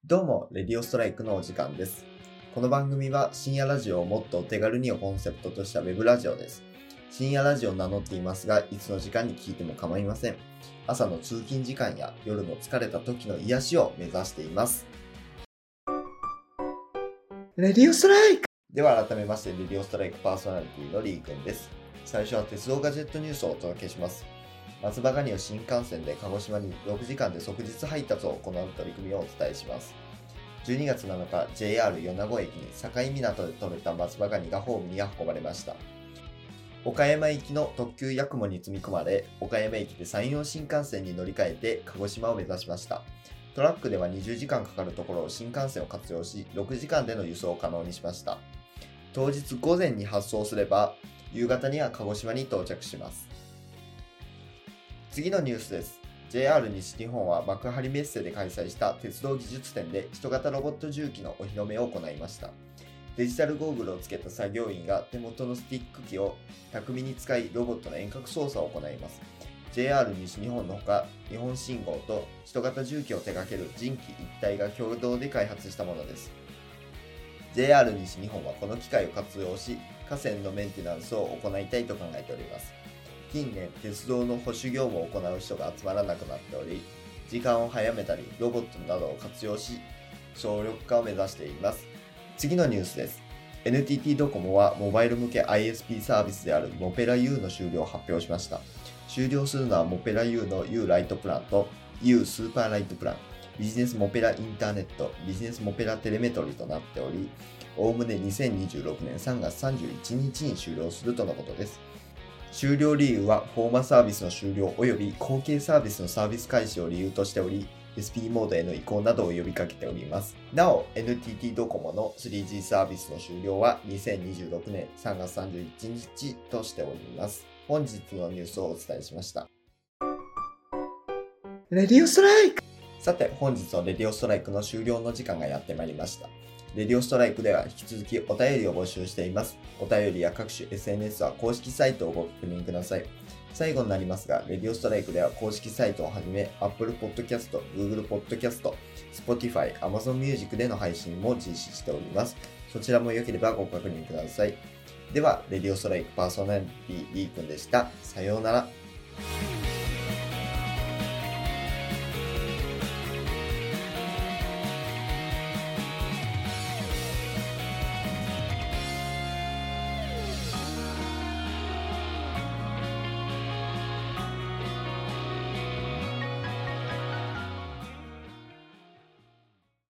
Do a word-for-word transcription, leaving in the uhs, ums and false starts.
どうも、レディオストライクのお時間です。この番組は深夜ラジオをもっとお手軽にをコンセプトとしたウェブラジオです。深夜ラジオを名乗っていますが、いつの時間に聞いても構いません。朝の通勤時間や夜の疲れた時の癒しを目指しています。レディオストライクでは改めまして、レディオストライクパーソナリティのリーくんです。最初は鉄道ガジェットニュースをお届けします。松葉ガニを新幹線で鹿児島にろくじかんで即日配達を行う取り組みをお伝えします。じゅうにがつなのか、ジェイアール 米子駅に境港で採れた松葉ガニがホームに運ばれました。岡山行きの特急やくもに積み込まれ、岡山駅で山陽新幹線に乗り換えて鹿児島を目指しました。トラックではにじゅうじかんかかるところを新幹線を活用し、ろくじかんでの輸送を可能にしました。当日午前に発送すれば、夕方には鹿児島に到着します。次のニュースです。ジェイアール 西日本は幕張メッセで開催した鉄道技術展で人型ロボット重機のお披露目を行いました。デジタルゴーグルをつけた作業員が手元のスティック機を巧みに使い、ロボットの遠隔操作を行います。ジェイアール 西日本のほか、日本信号と人型重機を手掛ける人機一体が共同で開発したものです。ジェイアール 西日本はこの機械を活用し、架線のメンテナンスを行いたいと考えております。近年、鉄道の保守業務を行う人が集まらなくなっており、時間を早めたり、ロボットなどを活用し、省力化を目指しています。次のニュースです。エヌティーティー ドコモはモバイル向け アイエスピー サービスであるモペラ ユー の終了を発表しました。終了するのはモペラ ユー の ユー ライトプランと ユー スーパーライトプラン、ビジネスモペラインターネット、ビジネスモペラテレメトリとなっており、おおむねにせんにじゅうろくねんさんがつさんじゅういちにちに終了するとのことです。終了理由はフォーマサービスの終了及び後継サービスのサービス開始を理由としており、エスピー モードへの移行などを呼びかけております。なお、エヌティーティー ドコモの スリージー サービスの終了はにせんにじゅうろくねんさんがつさんじゅういちにちとしております。本日のニュースをお伝えしました。レディオストライクさて、本日のレディオストライクの終了の時間がやってまいりました。レディオストライクでは引き続きお便りを募集しています。お便りや各種 エスエヌエス は公式サイトをご確認ください。最後になりますが、レディオストライクでは公式サイトをはじめ Apple Podcast、Google Podcast、Spotify、Amazon Music での配信も実施しております。そちらも良ければご確認ください。では、レディオストライクパーソナリティリーくんでした。さようなら。